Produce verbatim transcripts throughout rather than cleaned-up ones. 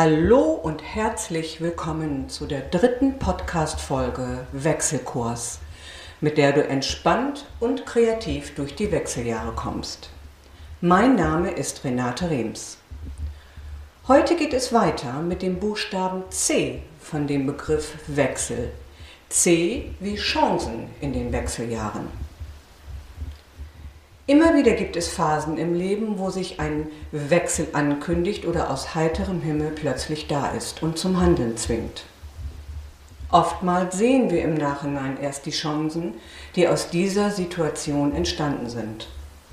Hallo und herzlich willkommen zu der dritten Podcast-Folge Wechselkurs, mit der du entspannt und kreativ durch die Wechseljahre kommst. Mein Name ist Renate Rems. Heute geht es weiter mit dem Buchstaben C von dem Begriff Wechsel. C wie Chancen in den Wechseljahren. Immer wieder gibt es Phasen im Leben, wo sich ein Wechsel ankündigt oder aus heiterem Himmel plötzlich da ist und zum Handeln zwingt. Oftmals sehen wir im Nachhinein erst die Chancen, die aus dieser Situation entstanden sind.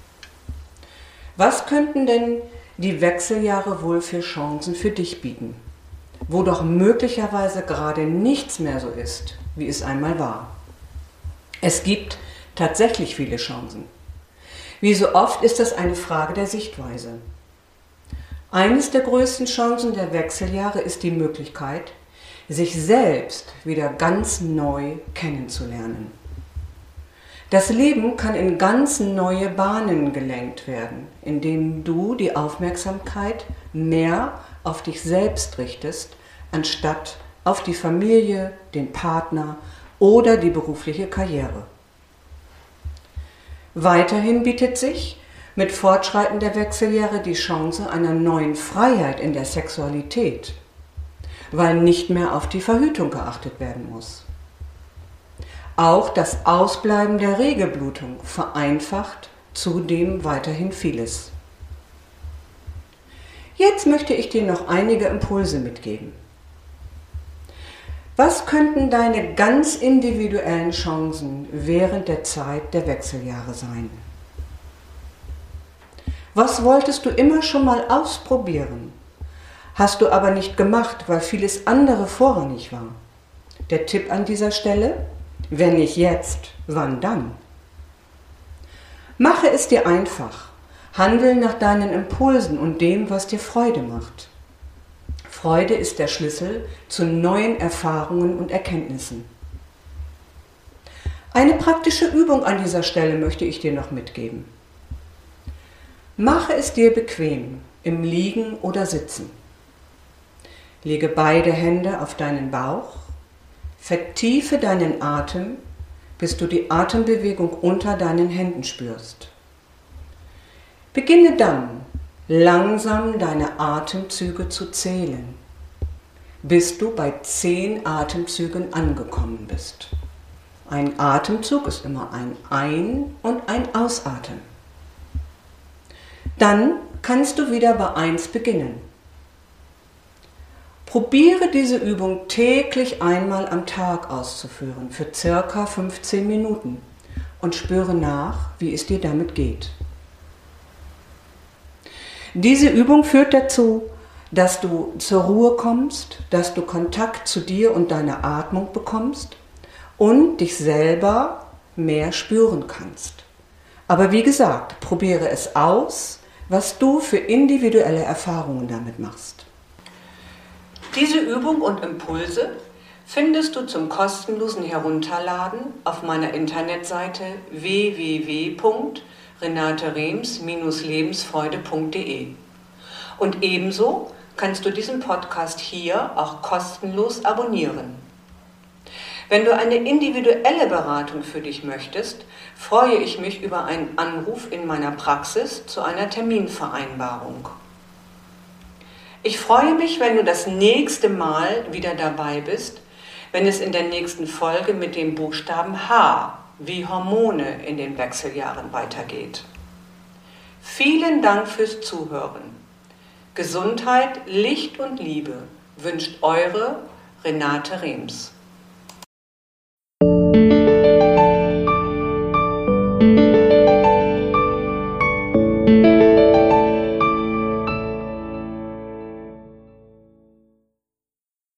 Was könnten denn die Wechseljahre wohl für Chancen für dich bieten, wo doch möglicherweise gerade nichts mehr so ist, wie es einmal war? Es gibt tatsächlich viele Chancen. Wie so oft ist das eine Frage der Sichtweise. Eines der größten Chancen der Wechseljahre ist die Möglichkeit, sich selbst wieder ganz neu kennenzulernen. Das Leben kann in ganz neue Bahnen gelenkt werden, indem du die Aufmerksamkeit mehr auf dich selbst richtest, anstatt auf die Familie, den Partner oder die berufliche Karriere. Weiterhin bietet sich mit Fortschreiten der Wechseljahre die Chance einer neuen Freiheit in der Sexualität, weil nicht mehr auf die Verhütung geachtet werden muss. Auch das Ausbleiben der Regelblutung vereinfacht zudem weiterhin vieles. Jetzt möchte ich dir noch einige Impulse mitgeben. Was könnten deine ganz individuellen Chancen während der Zeit der Wechseljahre sein? Was wolltest du immer schon mal ausprobieren? Hast du aber nicht gemacht, weil vieles andere vorrangig war? Der Tipp an dieser Stelle: Wenn nicht jetzt, wann dann? Mache es dir einfach. Handle nach deinen Impulsen und dem, was dir Freude macht. Freude ist der Schlüssel zu neuen Erfahrungen und Erkenntnissen. Eine praktische Übung an dieser Stelle möchte ich dir noch mitgeben. Mache es dir bequem, im Liegen oder Sitzen. Lege beide Hände auf deinen Bauch, vertiefe deinen Atem, bis du die Atembewegung unter deinen Händen spürst. Beginne dann, langsam deine Atemzüge zu zählen, bis du bei zehn Atemzügen angekommen bist. Ein Atemzug ist immer ein Ein- und ein Ausatmen. Dann kannst du wieder bei eins beginnen. Probiere diese Übung täglich einmal am Tag auszuführen, für circa fünfzehn Minuten, und spüre nach, wie es dir damit geht. Diese Übung führt dazu, dass du zur Ruhe kommst, dass du Kontakt zu dir und deiner Atmung bekommst und dich selber mehr spüren kannst. Aber wie gesagt, probiere es aus, was du für individuelle Erfahrungen damit machst. Diese Übung und Impulse findest du zum kostenlosen Herunterladen auf meiner Internetseite w w w punkt renaterems Bindestrich lebensfreude punkt de. Und ebenso kannst du diesen Podcast hier auch kostenlos abonnieren. Wenn du eine individuelle Beratung für dich möchtest, freue ich mich über einen Anruf in meiner Praxis zu einer Terminvereinbarung. Ich freue mich, wenn du das nächste Mal wieder dabei bist, wenn es in der nächsten Folge mit dem Buchstaben H wie Hormone in den Wechseljahren weitergeht. Vielen Dank fürs Zuhören. Gesundheit, Licht und Liebe wünscht eure Renate Rems.